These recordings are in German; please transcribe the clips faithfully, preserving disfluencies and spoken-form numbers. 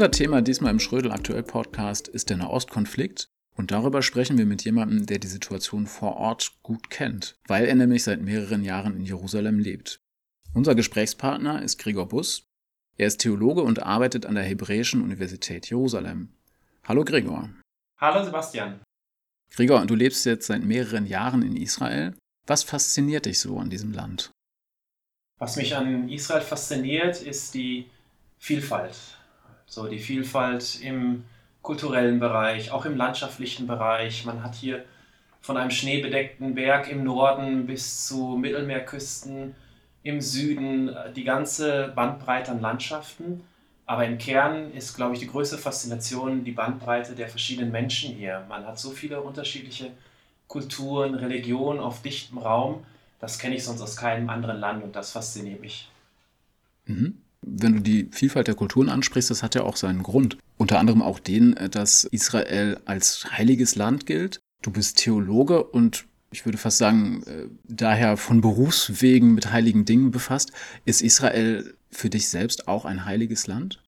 Unser Thema diesmal im Schrödel Aktuell Podcast ist der Nahostkonflikt. Und darüber sprechen wir mit jemandem, der die Situation vor Ort gut kennt, weil er nämlich seit mehreren Jahren in Jerusalem lebt. Unser Gesprächspartner ist Gregor Buss. Er ist Theologe und arbeitet an der Hebräischen Universität Jerusalem. Hallo Gregor. Hallo Sebastian. Gregor, du lebst jetzt seit mehreren Jahren in Israel. Was fasziniert dich so an diesem Land? Was mich an Israel fasziniert, ist die Vielfalt. So die Vielfalt im kulturellen Bereich, auch im landschaftlichen Bereich. Man hat hier von einem schneebedeckten Berg im Norden bis zu Mittelmeerküsten im Süden die ganze Bandbreite an Landschaften. Aber im Kern ist, glaube ich, die größte Faszination die Bandbreite der verschiedenen Menschen hier. Man hat so viele unterschiedliche Kulturen, Religionen auf dichtem Raum. Das kenne ich sonst aus keinem anderen Land und das fasziniert mich. Mhm. Wenn du die Vielfalt der Kulturen ansprichst, das hat ja auch seinen Grund. Unter anderem auch den, dass Israel als heiliges Land gilt. Du bist Theologe und ich würde fast sagen, daher von Berufswegen mit heiligen Dingen befasst. Ist Israel für dich selbst auch ein heiliges Land?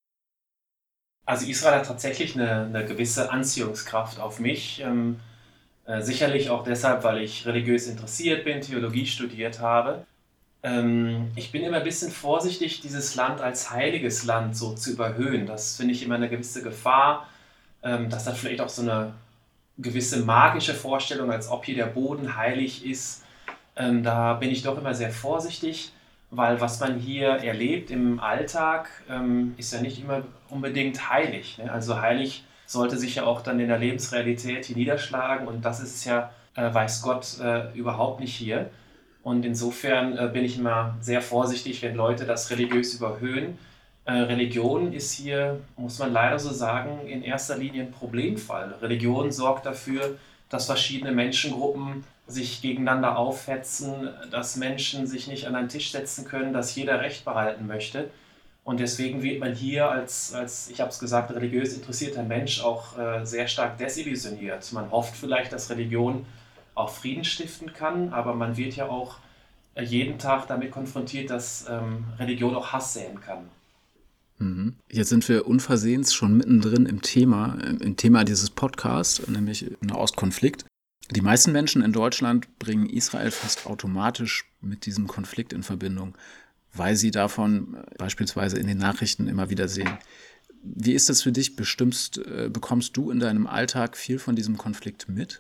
Also Israel hat tatsächlich eine, eine gewisse Anziehungskraft auf mich. Ähm, äh, sicherlich auch deshalb, weil ich religiös interessiert bin, Theologie studiert habe. Ähm, ich bin immer ein bisschen vorsichtig, dieses Land als heiliges Land so zu überhöhen. Das finde ich immer eine gewisse Gefahr. Ähm, das hat vielleicht auch so eine gewisse magische Vorstellung, als ob hier der Boden heilig ist. Ähm, da bin ich doch immer sehr vorsichtig, weil was man hier erlebt im Alltag, ähm, ist ja nicht immer unbedingt heilig. Ne? Also heilig sollte sich ja auch dann in der Lebensrealität hier niederschlagen und das ist ja, äh, weiß Gott, äh, überhaupt nicht hier. Und insofern äh, bin ich immer sehr vorsichtig, wenn Leute das religiös überhöhen. Äh, Religion ist hier, muss man leider so sagen, in erster Linie ein Problemfall. Religion sorgt dafür, dass verschiedene Menschengruppen sich gegeneinander aufhetzen, dass Menschen sich nicht an einen Tisch setzen können, dass jeder Recht behalten möchte. Und deswegen wird man hier als, als ich habe es gesagt, religiös interessierter Mensch auch äh, sehr stark desillusioniert. Man hofft vielleicht, dass Religion auch Frieden stiften kann, aber man wird ja auch äh, jeden Tag damit konfrontiert, dass ähm, Religion auch Hass säen kann. Mhm. Jetzt sind wir unversehens schon mittendrin im Thema, im Thema dieses Podcasts, nämlich im Nahostkonflikt. Die meisten Menschen in Deutschland bringen Israel fast automatisch mit diesem Konflikt in Verbindung, weil sie davon beispielsweise in den Nachrichten immer wieder sehen. Wie ist das für dich? Bestimmst, äh, bekommst du in deinem Alltag viel von diesem Konflikt mit?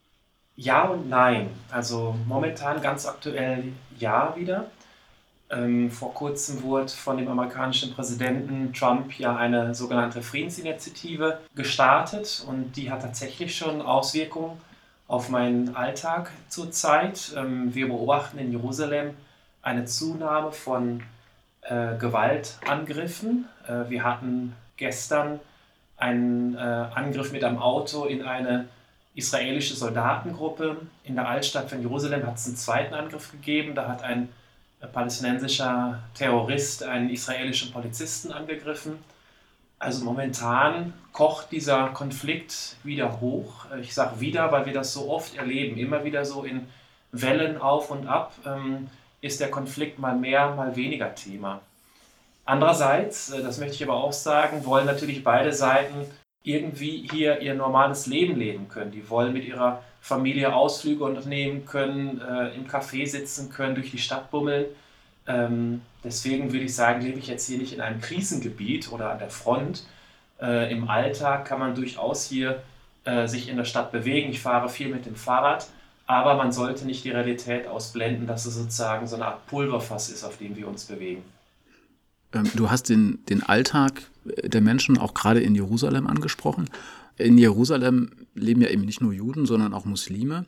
Ja und nein. Also momentan ganz aktuell ja wieder. Ähm, vor kurzem wurde von dem amerikanischen Präsidenten Trump ja eine sogenannte Friedensinitiative gestartet und die hat tatsächlich schon Auswirkungen auf meinen Alltag zurzeit. Ähm, wir beobachten in Jerusalem eine Zunahme von äh, Gewaltangriffen. Äh, wir hatten gestern einen äh, Angriff mit einem Auto in eine israelische Soldatengruppe. In der Altstadt von Jerusalem hat es einen zweiten Angriff gegeben. Da hat ein äh, palästinensischer Terrorist einen israelischen Polizisten angegriffen. Also momentan kocht dieser Konflikt wieder hoch. Ich sage wieder, weil wir das so oft erleben, immer wieder so in Wellen auf und ab, ähm, ist der Konflikt mal mehr, mal weniger Thema. Andererseits, äh, das möchte ich aber auch sagen, wollen natürlich beide Seiten irgendwie hier ihr normales Leben leben können. Die wollen mit ihrer Familie Ausflüge unternehmen können, äh, im Café sitzen können, durch die Stadt bummeln. Ähm, deswegen würde ich sagen, lebe ich jetzt hier nicht in einem Krisengebiet oder an der Front. Äh, Im Alltag kann man durchaus hier äh, sich in der Stadt bewegen. Ich fahre viel mit dem Fahrrad, aber man sollte nicht die Realität ausblenden, dass es sozusagen so eine Art Pulverfass ist, auf dem wir uns bewegen. Ähm, du hast den, den Alltag der Menschen auch gerade in Jerusalem angesprochen. In Jerusalem leben ja eben nicht nur Juden, sondern auch Muslime.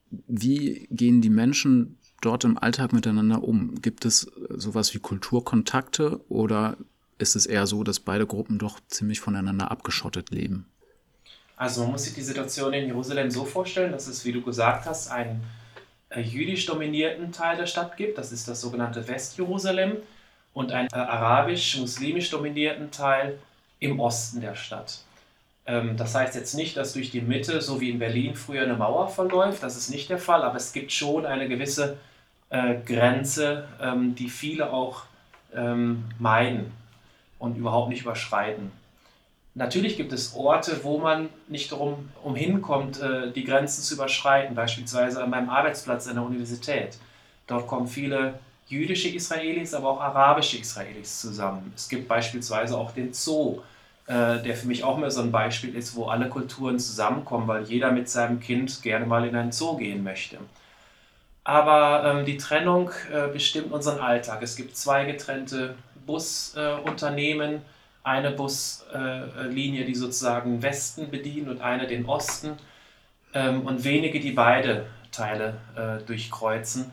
Wie gehen die Menschen dort im Alltag miteinander um? Gibt es sowas wie Kulturkontakte oder ist es eher so, dass beide Gruppen doch ziemlich voneinander abgeschottet leben? Also man muss sich die Situation in Jerusalem so vorstellen, dass es, wie du gesagt hast, einen äh, jüdisch dominierten Teil der Stadt gibt. Das ist das sogenannte Westjerusalem. Und einen äh, arabisch-muslimisch dominierten Teil im Osten der Stadt. Ähm, das heißt jetzt nicht, dass durch die Mitte, so wie in Berlin früher, eine Mauer verläuft. Das ist nicht der Fall, aber es gibt schon eine gewisse äh, Grenze, ähm, die viele auch ähm, meiden und überhaupt nicht überschreiten. Natürlich gibt es Orte, wo man nicht drum umhin kommt, äh, die Grenzen zu überschreiten, beispielsweise an meinem Arbeitsplatz an der Universität. Dort kommen viele jüdische Israelis, aber auch arabische Israelis zusammen. Es gibt beispielsweise auch den Zoo, äh, der für mich auch mehr so ein Beispiel ist, wo alle Kulturen zusammenkommen, weil jeder mit seinem Kind gerne mal in einen Zoo gehen möchte. Aber ähm, die Trennung äh, bestimmt unseren Alltag. Es gibt zwei getrennte Busunternehmen, äh, eine Buslinie, äh, die sozusagen Westen bedient und eine den Osten, ähm, und wenige, die beide Teile äh, durchkreuzen.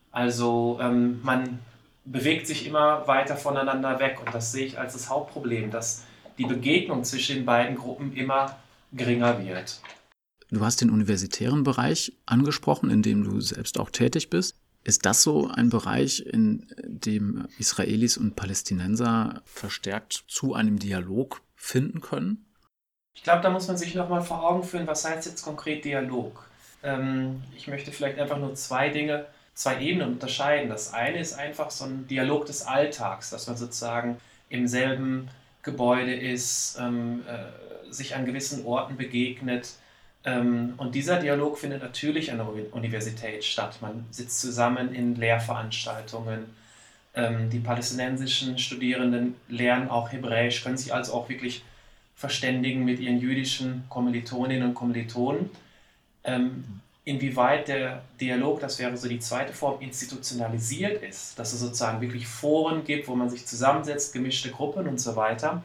Also ähm, man bewegt sich immer weiter voneinander weg und das sehe ich als das Hauptproblem, dass die Begegnung zwischen den beiden Gruppen immer geringer wird. Du hast den universitären Bereich angesprochen, in dem du selbst auch tätig bist. Ist das so ein Bereich, in dem Israelis und Palästinenser verstärkt zu einem Dialog finden können? Ich glaube, da muss man sich nochmal vor Augen führen, was heißt jetzt konkret Dialog? Ähm, ich möchte vielleicht einfach nur zwei Dinge, zwei Ebenen unterscheiden. Das eine ist einfach so ein Dialog des Alltags, dass man sozusagen im selben Gebäude ist, ähm, äh, sich an gewissen Orten begegnet. Ähm, und dieser Dialog findet natürlich an der Universität statt. Man sitzt zusammen in Lehrveranstaltungen. Ähm, die palästinensischen Studierenden lernen auch Hebräisch, können sich also auch wirklich verständigen mit ihren jüdischen Kommilitoninnen und Kommilitonen. Ähm, inwieweit der Dialog, das wäre so die zweite Form, institutionalisiert ist, dass es sozusagen wirklich Foren gibt, wo man sich zusammensetzt, gemischte Gruppen und so weiter.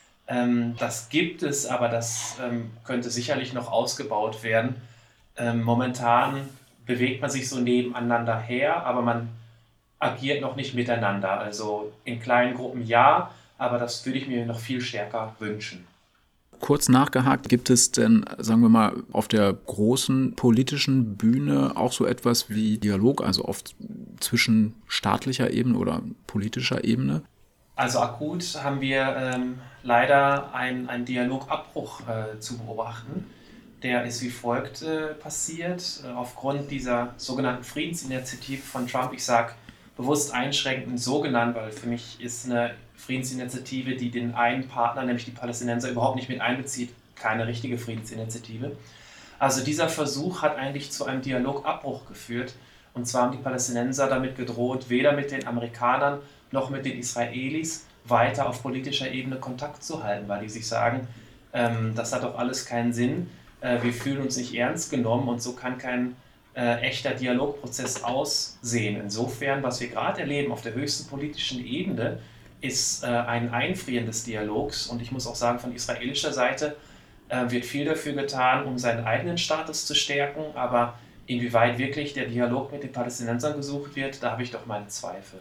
Ähm, das gibt es, aber das ähm, könnte sicherlich noch ausgebaut werden. Ähm, momentan bewegt man sich so nebeneinander her, aber man agiert noch nicht miteinander. Also in kleinen Gruppen ja, aber das würde ich mir noch viel stärker wünschen. Kurz nachgehakt, gibt es denn, sagen wir mal, auf der großen politischen Bühne auch so etwas wie Dialog, also oft zwischen staatlicher Ebene oder politischer Ebene? Also akut haben wir ähm, leider einen, einen Dialogabbruch äh, zu beobachten. Der ist wie folgt äh, passiert. Äh, aufgrund dieser sogenannten Friedensinitiative von Trump, ich sage bewusst einschränkend so genannt, weil für mich ist eine Friedensinitiative, die den einen Partner, nämlich die Palästinenser, überhaupt nicht mit einbezieht, keine richtige Friedensinitiative. Also dieser Versuch hat eigentlich zu einem Dialogabbruch geführt. Und zwar haben die Palästinenser damit gedroht, weder mit den Amerikanern noch mit den Israelis weiter auf politischer Ebene Kontakt zu halten, weil die sich sagen, ähm, das hat doch alles keinen Sinn, äh, wir fühlen uns nicht ernst genommen und so kann kein äh, echter Dialogprozess aussehen. Insofern, was wir gerade erleben auf der höchsten politischen Ebene, ist äh, ein Einfrieren des Dialogs und ich muss auch sagen, von israelischer Seite äh, wird viel dafür getan, um seinen eigenen Status zu stärken, aber inwieweit wirklich der Dialog mit den Palästinensern gesucht wird, da habe ich doch meine Zweifel.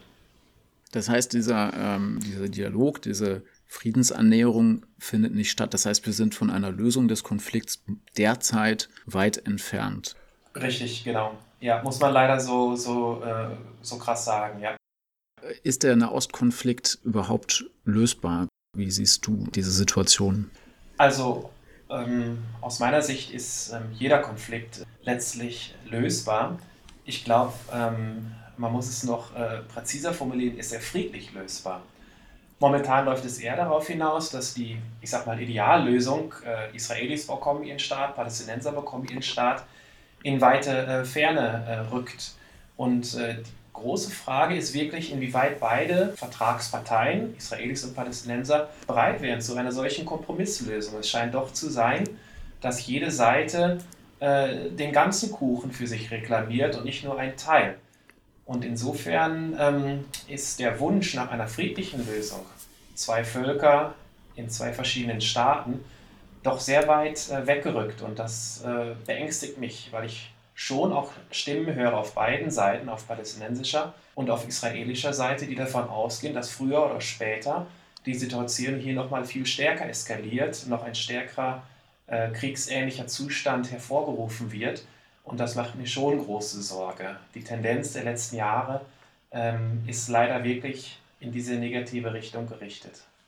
Das heißt, dieser, ähm, dieser Dialog, diese Friedensannäherung findet nicht statt. Das heißt, wir sind von einer Lösung des Konflikts derzeit weit entfernt. Richtig, genau. Ja, muss man leider so, so, äh, so krass sagen, ja. Ist der Nahostkonflikt überhaupt lösbar? Wie siehst du diese Situation? Also ähm, aus meiner Sicht ist ähm, jeder Konflikt letztlich lösbar. Ich glaube, ähm, man muss es noch äh, präziser formulieren, ist er friedlich lösbar. Momentan läuft es eher darauf hinaus, dass die, ich sag mal, Ideallösung, äh, Israelis bekommen ihren Staat, Palästinenser bekommen ihren Staat, in weite äh, Ferne äh, rückt. Und äh, die große Frage ist wirklich, inwieweit beide Vertragsparteien, Israelis und Palästinenser, bereit wären zu einer solchen Kompromisslösung. Es scheint doch zu sein, dass jede Seite äh, den ganzen Kuchen für sich reklamiert und nicht nur einen Teil. Und insofern ähm, ist der Wunsch nach einer friedlichen Lösung, zwei Völker in zwei verschiedenen Staaten, doch sehr weit äh, weggerückt. Und das äh, beängstigt mich, weil ich schon auch Stimmen höre auf beiden Seiten, auf palästinensischer und auf israelischer Seite, die davon ausgehen, dass früher oder später die Situation hier nochmal viel stärker eskaliert, noch ein stärkerer äh, kriegsähnlicher Zustand hervorgerufen wird. Und das macht mir schon große Sorge. Die Tendenz der letzten Jahre ähm, ist leider wirklich in diese negative Richtung gerichtet.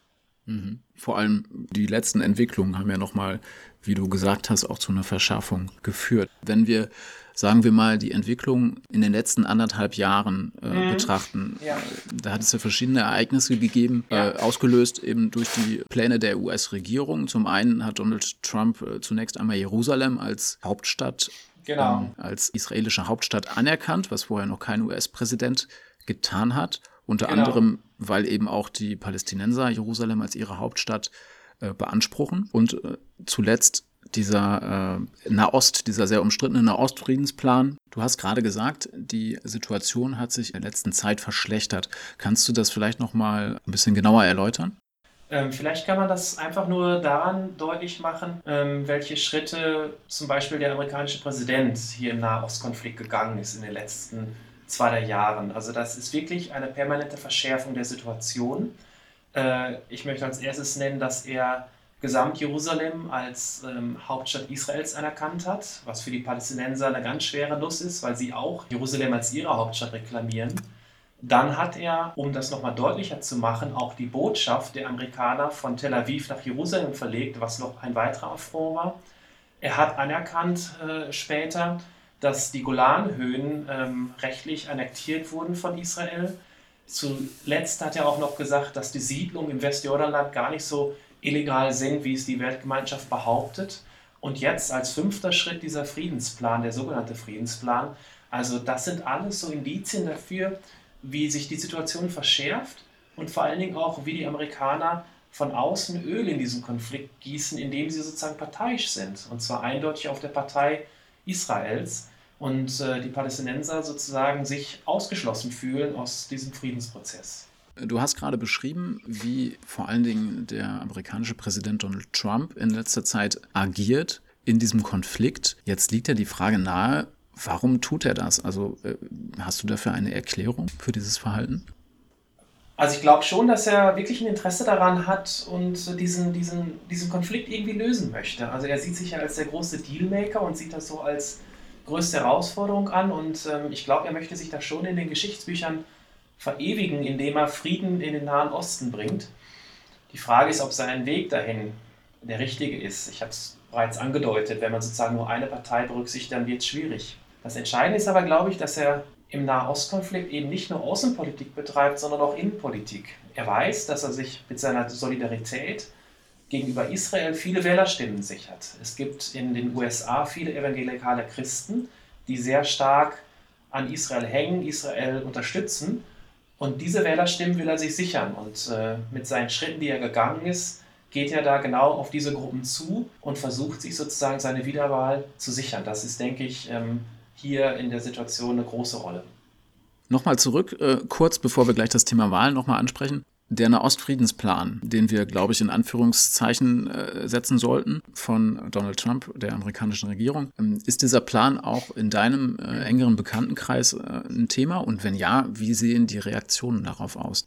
Mhm. Vor allem die letzten Entwicklungen haben ja nochmal, wie du gesagt hast, auch zu einer Verschärfung geführt. Wenn wir, sagen wir mal, die Entwicklung in den letzten anderthalb Jahren äh, Mhm. betrachten, Ja. äh, da hat es ja verschiedene Ereignisse gegeben, Ja. äh, ausgelöst eben durch die Pläne der U S-Regierung. Zum einen hat Donald Trump äh, zunächst einmal Jerusalem als Hauptstadt, Genau. ähm, als israelische Hauptstadt anerkannt, was vorher noch kein U S-Präsident getan hat. Unter Genau. anderem, weil eben auch die Palästinenser Jerusalem als ihre Hauptstadt äh, beanspruchen. Und äh, zuletzt dieser äh, Nahost, dieser sehr umstrittene Nahostfriedensplan. Du hast gerade gesagt, die Situation hat sich in der letzten Zeit verschlechtert. Kannst du das vielleicht noch mal ein bisschen genauer erläutern? Ähm, vielleicht kann man das einfach nur daran deutlich machen, ähm, welche Schritte zum Beispiel der amerikanische Präsident hier im Nahostkonflikt gegangen ist in den letzten zwei, drei Jahren. Also das ist wirklich eine permanente Verschärfung der Situation. Äh, ich möchte als erstes nennen, dass er Gesamt-Jerusalem als ähm, Hauptstadt Israels anerkannt hat, was für die Palästinenser eine ganz schwere Nuss ist, weil sie auch Jerusalem als ihre Hauptstadt reklamieren. Dann hat er, um das nochmal deutlicher zu machen, auch die Botschaft der Amerikaner von Tel Aviv nach Jerusalem verlegt, was noch ein weiterer Affront war. Er hat anerkannt äh, später, dass die Golanhöhen ähm, rechtlich annektiert wurden von Israel. Zuletzt hat er auch noch gesagt, dass die Siedlungen im Westjordanland gar nicht so illegal sind, wie es die Weltgemeinschaft behauptet. Und jetzt als fünfter Schritt dieser Friedensplan, der sogenannte Friedensplan. Also das sind alles so Indizien dafür, wie sich die Situation verschärft und vor allen Dingen auch, wie die Amerikaner von außen Öl in diesen Konflikt gießen, indem sie sozusagen parteiisch sind. Und zwar eindeutig auf der Partei Israels und äh, die Palästinenser sozusagen sich ausgeschlossen fühlen aus diesem Friedensprozess. Du hast gerade beschrieben, wie vor allen Dingen der amerikanische Präsident Donald Trump in letzter Zeit agiert in diesem Konflikt. Jetzt liegt ja die Frage nahe, warum tut er das? Also äh, hast du dafür eine Erklärung für dieses Verhalten? Also ich glaube schon, dass er wirklich ein Interesse daran hat und diesen, diesen, diesen Konflikt irgendwie lösen möchte. Also er sieht sich ja als der große Dealmaker und sieht das so als größte Herausforderung an. Und ähm, ich glaube, er möchte sich da schon in den Geschichtsbüchern verewigen, indem er Frieden in den Nahen Osten bringt. Die Frage ist, ob sein Weg dahin der richtige ist. Ich habe es bereits angedeutet, wenn man sozusagen nur eine Partei berücksichtigt, dann wird es schwierig. Das Entscheidende ist aber, glaube ich, dass er im Nahostkonflikt eben nicht nur Außenpolitik betreibt, sondern auch Innenpolitik. Er weiß, dass er sich mit seiner Solidarität gegenüber Israel viele Wählerstimmen sichert. Es gibt in den U S A viele evangelikale Christen, die sehr stark an Israel hängen, Israel unterstützen. Und diese Wählerstimmen will er sich sichern. Und äh, mit seinen Schritten, die er gegangen ist, geht er da genau auf diese Gruppen zu und versucht sich sozusagen seine Wiederwahl zu sichern. Das ist, denke ich, ähm, hier in der Situation eine große Rolle. Nochmal zurück, äh, kurz bevor wir gleich das Thema Wahlen nochmal ansprechen. Der Nahostfriedensplan, den wir, glaube ich, in Anführungszeichen äh, setzen sollten von Donald Trump, der amerikanischen Regierung. Ähm, ist dieser Plan auch in deinem äh, engeren Bekanntenkreis äh, ein Thema? Und wenn ja, wie sehen die Reaktionen darauf aus?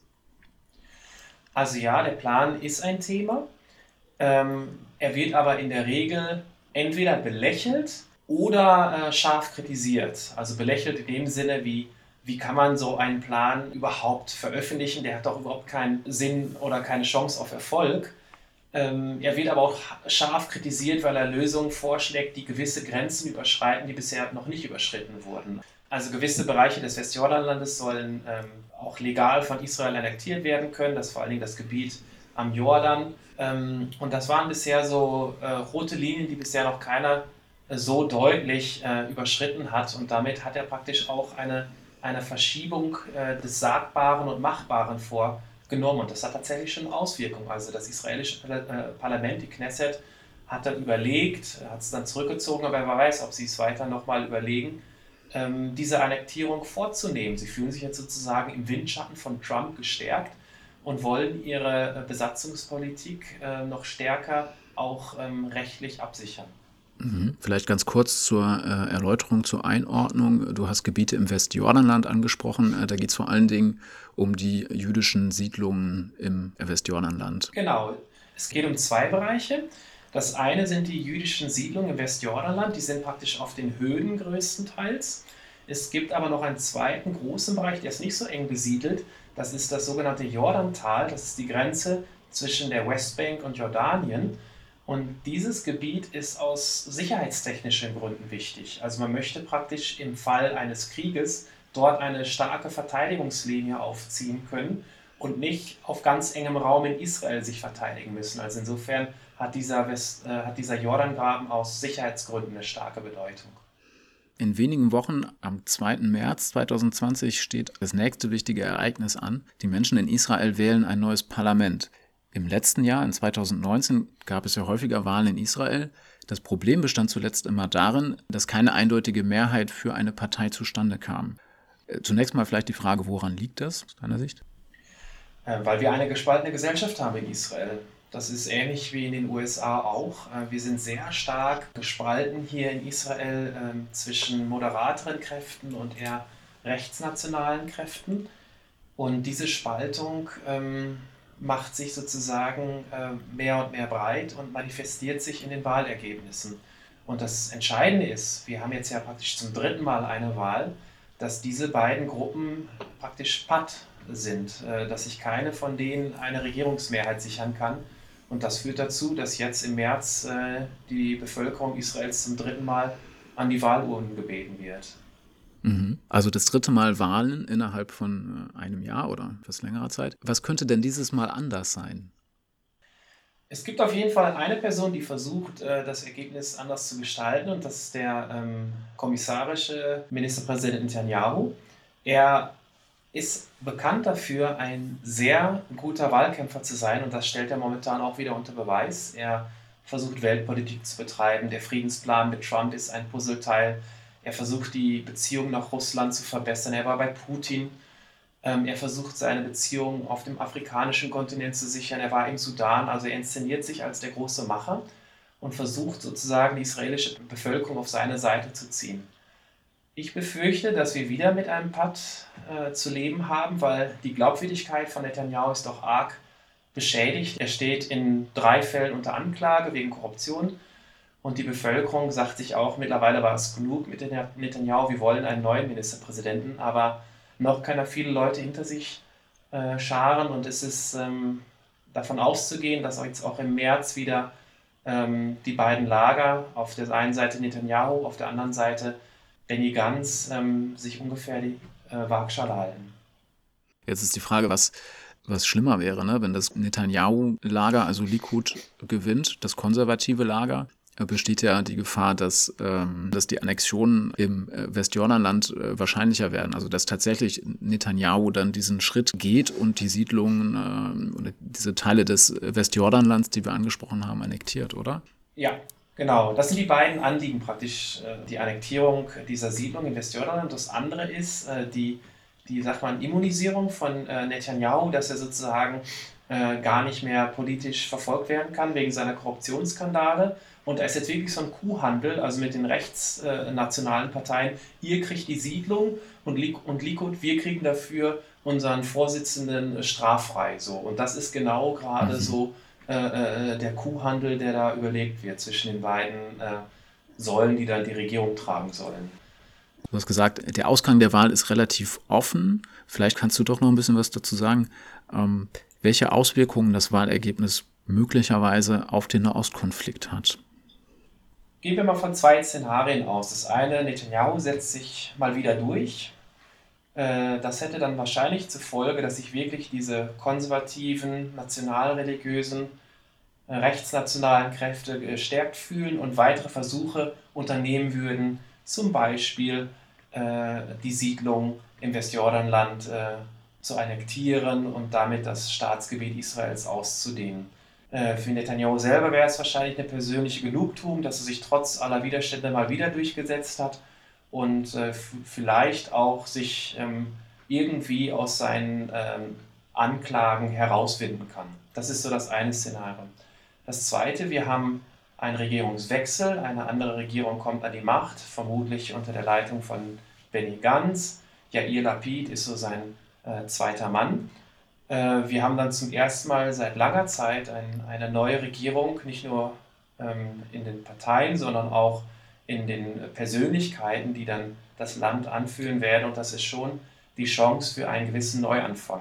Also ja, der Plan ist ein Thema. Ähm, er wird aber in der Regel entweder belächelt oder äh, scharf kritisiert. Also belächelt in dem Sinne, wie, wie kann man so einen Plan überhaupt veröffentlichen? Der hat doch überhaupt keinen Sinn oder keine Chance auf Erfolg. Ähm, er wird aber auch scharf kritisiert, weil er Lösungen vorschlägt, die gewisse Grenzen überschreiten, die bisher noch nicht überschritten wurden. Also gewisse Bereiche des Westjordanlandes sollen ähm, auch legal von Israel annektiert werden können, das ist vor allen Dingen das Gebiet am Jordan. Ähm, und das waren bisher so äh, rote Linien, die bisher noch keiner äh, so deutlich äh, überschritten hat. Und damit hat er praktisch auch eine, eine Verschiebung äh, des Sagbaren und Machbaren vorgenommen. Und das hat tatsächlich schon Auswirkungen. Also das israelische Parlament, die Knesset, hat dann überlegt, hat es dann zurückgezogen, aber wer weiß, ob sie es weiter nochmal überlegen, ähm, diese Annektierung vorzunehmen. Sie fühlen sich jetzt sozusagen im Windschatten von Trump gestärkt und wollen ihre Besatzungspolitik äh, noch stärker auch ähm, rechtlich absichern. Mhm. Vielleicht ganz kurz zur äh, Erläuterung, zur Einordnung. Du hast Gebiete im Westjordanland angesprochen. Äh, da geht es vor allen Dingen um die jüdischen Siedlungen im Westjordanland. Genau, es geht um zwei Bereiche. Das eine sind die jüdischen Siedlungen im Westjordanland, die sind praktisch auf den Höhen größtenteils. Es gibt aber noch einen zweiten großen Bereich, der ist nicht so eng besiedelt. Das ist das sogenannte Jordantal, das ist die Grenze zwischen der Westbank und Jordanien. Und dieses Gebiet ist aus sicherheitstechnischen Gründen wichtig. Also man möchte praktisch im Fall eines Krieges dort eine starke Verteidigungslinie aufziehen können und nicht auf ganz engem Raum in Israel sich verteidigen müssen. Also insofern hat dieser, West, äh, hat dieser Jordangraben aus Sicherheitsgründen eine starke Bedeutung. In wenigen Wochen, am zweiten März zweitausendzwanzig, steht das nächste wichtige Ereignis an. Die Menschen in Israel wählen ein neues Parlament. Im letzten Jahr, in zweitausendneunzehn, gab es ja häufiger Wahlen in Israel. Das Problem bestand zuletzt immer darin, dass keine eindeutige Mehrheit für eine Partei zustande kam. Zunächst mal vielleicht die Frage, woran liegt das aus deiner Sicht? Weil wir eine gespaltene Gesellschaft haben in Israel. Das ist ähnlich wie in den U S A auch. Wir sind sehr stark gespalten hier in Israel äh, zwischen moderateren Kräften und eher rechtsnationalen Kräften. Und diese Spaltung ähm, macht sich sozusagen äh, mehr und mehr breit und manifestiert sich in den Wahlergebnissen. Und das Entscheidende ist, wir haben jetzt ja praktisch zum dritten Mal eine Wahl, dass diese beiden Gruppen praktisch patt sind, äh, dass sich keine von denen eine Regierungsmehrheit sichern kann. Und das führt dazu, dass jetzt im März äh, die Bevölkerung Israels zum dritten Mal an die Wahlurnen gebeten wird. Mhm. Also das dritte Mal Wahlen innerhalb von äh, einem Jahr oder etwas längerer Zeit. Was könnte denn dieses Mal anders sein? Es gibt auf jeden Fall eine Person, die versucht, äh, das Ergebnis anders zu gestalten, und das ist der ähm, kommissarische Ministerpräsident Netanyahu. Er ist bekannt dafür, ein sehr guter Wahlkämpfer zu sein, und das stellt er momentan auch wieder unter Beweis. Er versucht, Weltpolitik zu betreiben. Der Friedensplan mit Trump ist ein Puzzleteil. Er versucht, die Beziehungen nach Russland zu verbessern. Er war bei Putin. Ähm, er versucht, seine Beziehungen auf dem afrikanischen Kontinent zu sichern. Er war im Sudan. Also er inszeniert sich als der große Macher und versucht sozusagen, die israelische Bevölkerung auf seine Seite zu ziehen. Ich befürchte, dass wir wieder mit einem Patt äh, zu leben haben, weil die Glaubwürdigkeit von Netanyahu ist doch arg beschädigt. Er steht in drei Fällen unter Anklage wegen Korruption, und die Bevölkerung sagt sich auch, mittlerweile war es genug mit Netanyahu, wir wollen einen neuen Ministerpräsidenten, aber noch kann er viele Leute hinter sich äh, scharen, und es ist ähm, davon auszugehen, dass jetzt auch im März wieder ähm, die beiden Lager, auf der einen Seite Netanyahu, auf der anderen Seite Benny Gantz, ähm, sich ungefähr die äh, Waagschale halten. Jetzt ist die Frage, was, was schlimmer wäre, ne? Wenn das Netanyahu-Lager, also Likud, gewinnt, das konservative Lager, äh, besteht ja die Gefahr, dass, ähm, dass die Annexionen im äh, Westjordanland äh, wahrscheinlicher werden. Also dass tatsächlich Netanyahu dann diesen Schritt geht und die Siedlungen äh, oder diese Teile des Westjordanlands, die wir angesprochen haben, annektiert, oder? Ja, genau. Das sind die beiden Anliegen praktisch, äh, die Annektierung dieser Siedlung im Westjordanland. Das andere ist äh, die, die, sagt man, Immunisierung von äh, Netanyahu, dass er sozusagen äh, gar nicht mehr politisch verfolgt werden kann wegen seiner Korruptionsskandale. Und da ist jetzt wirklich so ein Kuhhandel, also mit den rechtsnationalen Parteien. Ihr kriegt die Siedlung und, Lik- und Likud, wir kriegen dafür unseren Vorsitzenden straffrei. So. Und das ist genau gerade Mhm. so Äh, der Kuhhandel, der da überlegt wird zwischen den beiden äh, Säulen, die dann die Regierung tragen sollen. Du hast gesagt, der Ausgang der Wahl ist relativ offen. Vielleicht kannst du doch noch ein bisschen was dazu sagen, ähm, welche Auswirkungen das Wahlergebnis möglicherweise auf den Nahostkonflikt hat. Gehen wir mal von zwei Szenarien aus. Das eine, Netanyahu setzt sich mal wieder durch. Äh, das hätte dann wahrscheinlich zur Folge, dass sich wirklich diese konservativen, nationalreligiösen, äh, rechtsnationalen Kräfte gestärkt fühlen und weitere Versuche unternehmen würden, zum Beispiel äh, die Siedlung im Westjordanland äh, zu annektieren und damit das Staatsgebiet Israels auszudehnen. Äh, für Netanyahu selber wäre es wahrscheinlich eine persönliche Genugtuung, dass er sich trotz aller Widerstände mal wieder durchgesetzt hat und äh, f- vielleicht auch sich ähm, irgendwie aus seinen ähm, Anklagen herausfinden kann. Das ist so das eine Szenario. Das zweite, wir haben einen Regierungswechsel, eine andere Regierung kommt an die Macht, vermutlich unter der Leitung von Benny Gantz. Yair Lapid ist so sein äh, zweiter Mann. Äh, wir haben dann zum ersten Mal seit langer Zeit ein, eine neue Regierung, nicht nur ähm, in den Parteien, sondern auch in den Persönlichkeiten, die dann das Land anführen werden. Und das ist schon die Chance für einen gewissen Neuanfang.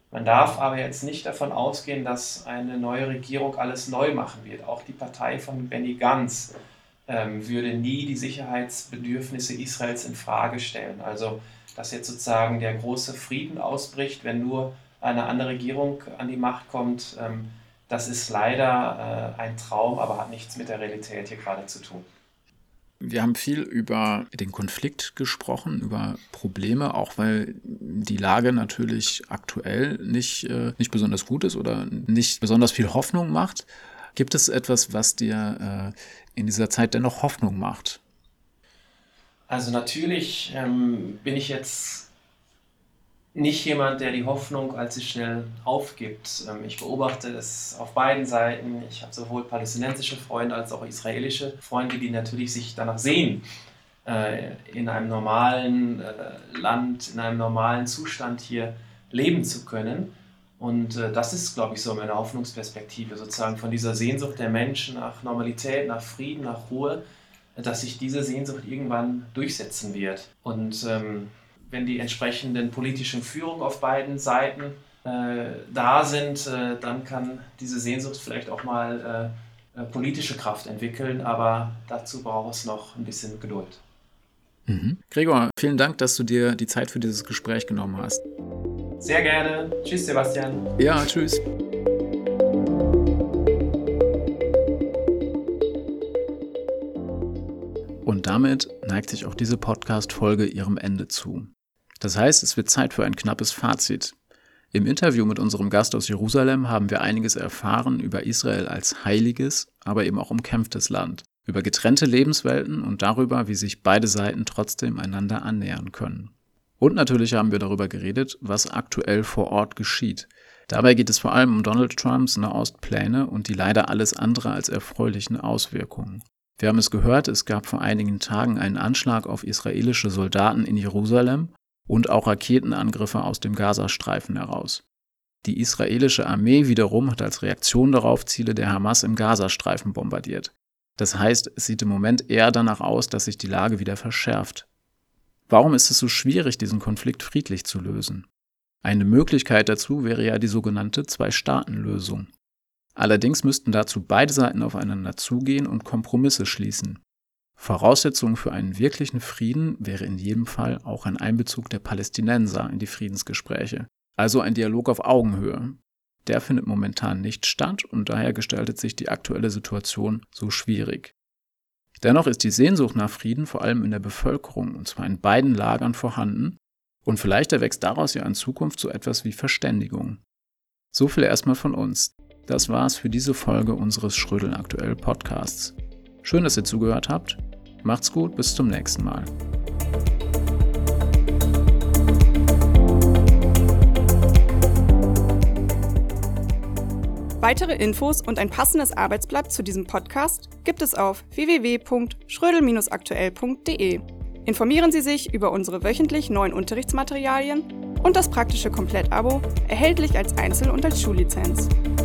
Man darf aber jetzt nicht davon ausgehen, dass eine neue Regierung alles neu machen wird. Auch die Partei von Benny Gantz ähm, würde nie die Sicherheitsbedürfnisse Israels in Frage stellen. Also, dass jetzt sozusagen der große Frieden ausbricht, wenn nur eine andere Regierung an die Macht kommt, ähm, das ist leider äh, ein Traum, aber hat nichts mit der Realität hier gerade zu tun. Wir haben viel über den Konflikt gesprochen, über Probleme, auch weil die Lage natürlich aktuell nicht, äh, nicht besonders gut ist oder nicht besonders viel Hoffnung macht. Gibt es etwas, was dir äh, in dieser Zeit dennoch Hoffnung macht? Also natürlich ähm, bin ich jetzt nicht jemand, der die Hoffnung allzu schnell aufgibt. Ähm, ich beobachte es auf beiden Seiten. Ich habe sowohl palästinensische Freunde als auch israelische Freunde, die natürlich sich danach sehen, äh, in einem normalen äh, Land, in einem normalen Zustand hier leben zu können. Und äh, das ist, glaube ich, so meine Hoffnungsperspektive, sozusagen von dieser Sehnsucht der Menschen nach Normalität, nach Frieden, nach Ruhe, dass sich diese Sehnsucht irgendwann durchsetzen wird. Und ähm, wenn die entsprechenden politischen Führung auf beiden Seiten äh, da sind, äh, dann kann diese Sehnsucht vielleicht auch mal äh, äh, politische Kraft entwickeln, aber dazu braucht es noch ein bisschen Geduld. Mhm. Gregor, vielen Dank, dass du dir die Zeit für dieses Gespräch genommen hast. Sehr gerne. Tschüss, Sebastian. Ja, tschüss. Und damit neigt sich auch diese Podcast-Folge ihrem Ende zu. Das heißt, es wird Zeit für ein knappes Fazit. Im Interview mit unserem Gast aus Jerusalem haben wir einiges erfahren über Israel als heiliges, aber eben auch umkämpftes Land, über getrennte Lebenswelten und darüber, wie sich beide Seiten trotzdem einander annähern können. Und natürlich haben wir darüber geredet, was aktuell vor Ort geschieht. Dabei geht es vor allem um Donald Trumps Nahostpläne und die leider alles andere als erfreulichen Auswirkungen. Wir haben es gehört, es gab vor einigen Tagen einen Anschlag auf israelische Soldaten in Jerusalem und auch Raketenangriffe aus dem Gazastreifen heraus. Die israelische Armee wiederum hat als Reaktion darauf Ziele der Hamas im Gazastreifen bombardiert. Das heißt, es sieht im Moment eher danach aus, dass sich die Lage wieder verschärft. Warum ist es so schwierig, diesen Konflikt friedlich zu lösen? Eine Möglichkeit dazu wäre ja die sogenannte Zwei-Staaten-Lösung. Allerdings müssten dazu beide Seiten aufeinander zugehen und Kompromisse schließen. Voraussetzung für einen wirklichen Frieden wäre in jedem Fall auch ein Einbezug der Palästinenser in die Friedensgespräche, also ein Dialog auf Augenhöhe. Der findet momentan nicht statt und daher gestaltet sich die aktuelle Situation so schwierig. Dennoch ist die Sehnsucht nach Frieden vor allem in der Bevölkerung, und zwar in beiden Lagern, vorhanden und vielleicht erwächst daraus ja in Zukunft so etwas wie Verständigung. So viel erstmal von uns. Das war's für diese Folge unseres Schrödeln aktuell Podcasts. Schön, dass ihr zugehört habt. Macht's gut, bis zum nächsten Mal. Weitere Infos und ein passendes Arbeitsblatt zu diesem Podcast gibt es auf w w w punkt schrödel Bindestrich aktuell punkt d e. Informieren Sie sich über unsere wöchentlich neuen Unterrichtsmaterialien und das praktische Komplettabo, erhältlich als Einzel- und als Schullizenz.